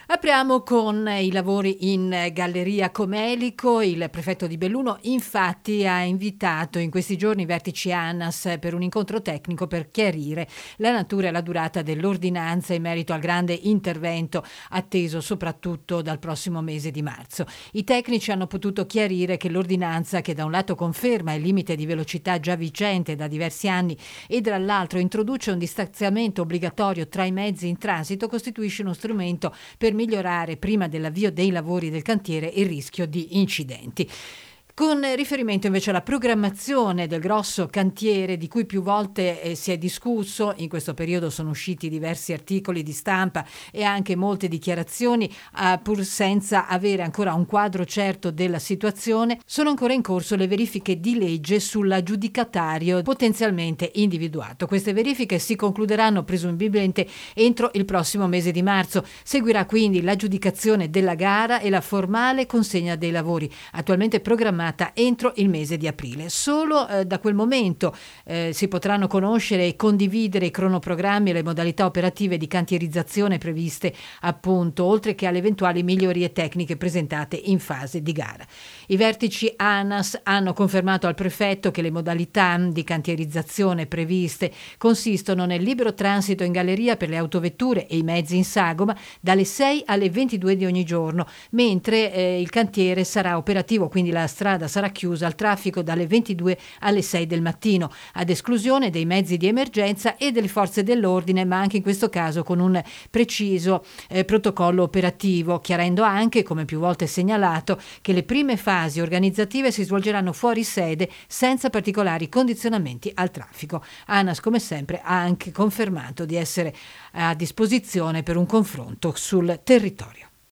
Apriamo con i lavori in Galleria Comelico. Il prefetto di Belluno infatti ha invitato in questi giorni i vertici ANAS per un incontro tecnico per chiarire la natura e la durata dell'ordinanza in merito al grande intervento atteso soprattutto dal prossimo mese di marzo. I tecnici hanno potuto chiarire che l'ordinanza, che da un lato conferma il limite di velocità già vigente da diversi anni e dall'altro introduce un distanziamento obbligatorio tra i mezzi in transito, costituisce uno strumento per migliorare prima dell'avvio dei lavori del cantiere il rischio di incidenti. Con riferimento invece alla programmazione del grosso cantiere di cui più volte si è discusso, in questo periodo sono usciti diversi articoli di stampa e anche molte dichiarazioni, pur senza avere ancora un quadro certo della situazione, sono ancora in corso le verifiche di legge sull'aggiudicatario potenzialmente individuato. Queste verifiche si concluderanno presumibilmente entro il prossimo mese di marzo. Seguirà quindi l'aggiudicazione della gara e la formale consegna dei lavori, attualmente programmata entro il mese di aprile. Solo da quel momento si potranno conoscere e condividere i cronoprogrammi e le modalità operative di cantierizzazione previste, appunto, oltre che alle eventuali migliorie tecniche presentate in fase di gara. I vertici ANAS hanno confermato al prefetto che le modalità di cantierizzazione previste consistono nel libero transito in galleria per le autovetture e i mezzi in sagoma dalle 6 alle 22 di ogni giorno, mentre il cantiere sarà operativo, quindi la strada sarà chiusa al traffico dalle 22 alle 6 del mattino, ad esclusione dei mezzi di emergenza e delle forze dell'ordine, ma anche in questo caso con un preciso protocollo operativo, chiarendo anche, come più volte segnalato, che le prime fasi organizzative si svolgeranno fuori sede senza particolari condizionamenti al traffico. ANAS, come sempre, ha anche confermato di essere a disposizione per un confronto sul territorio.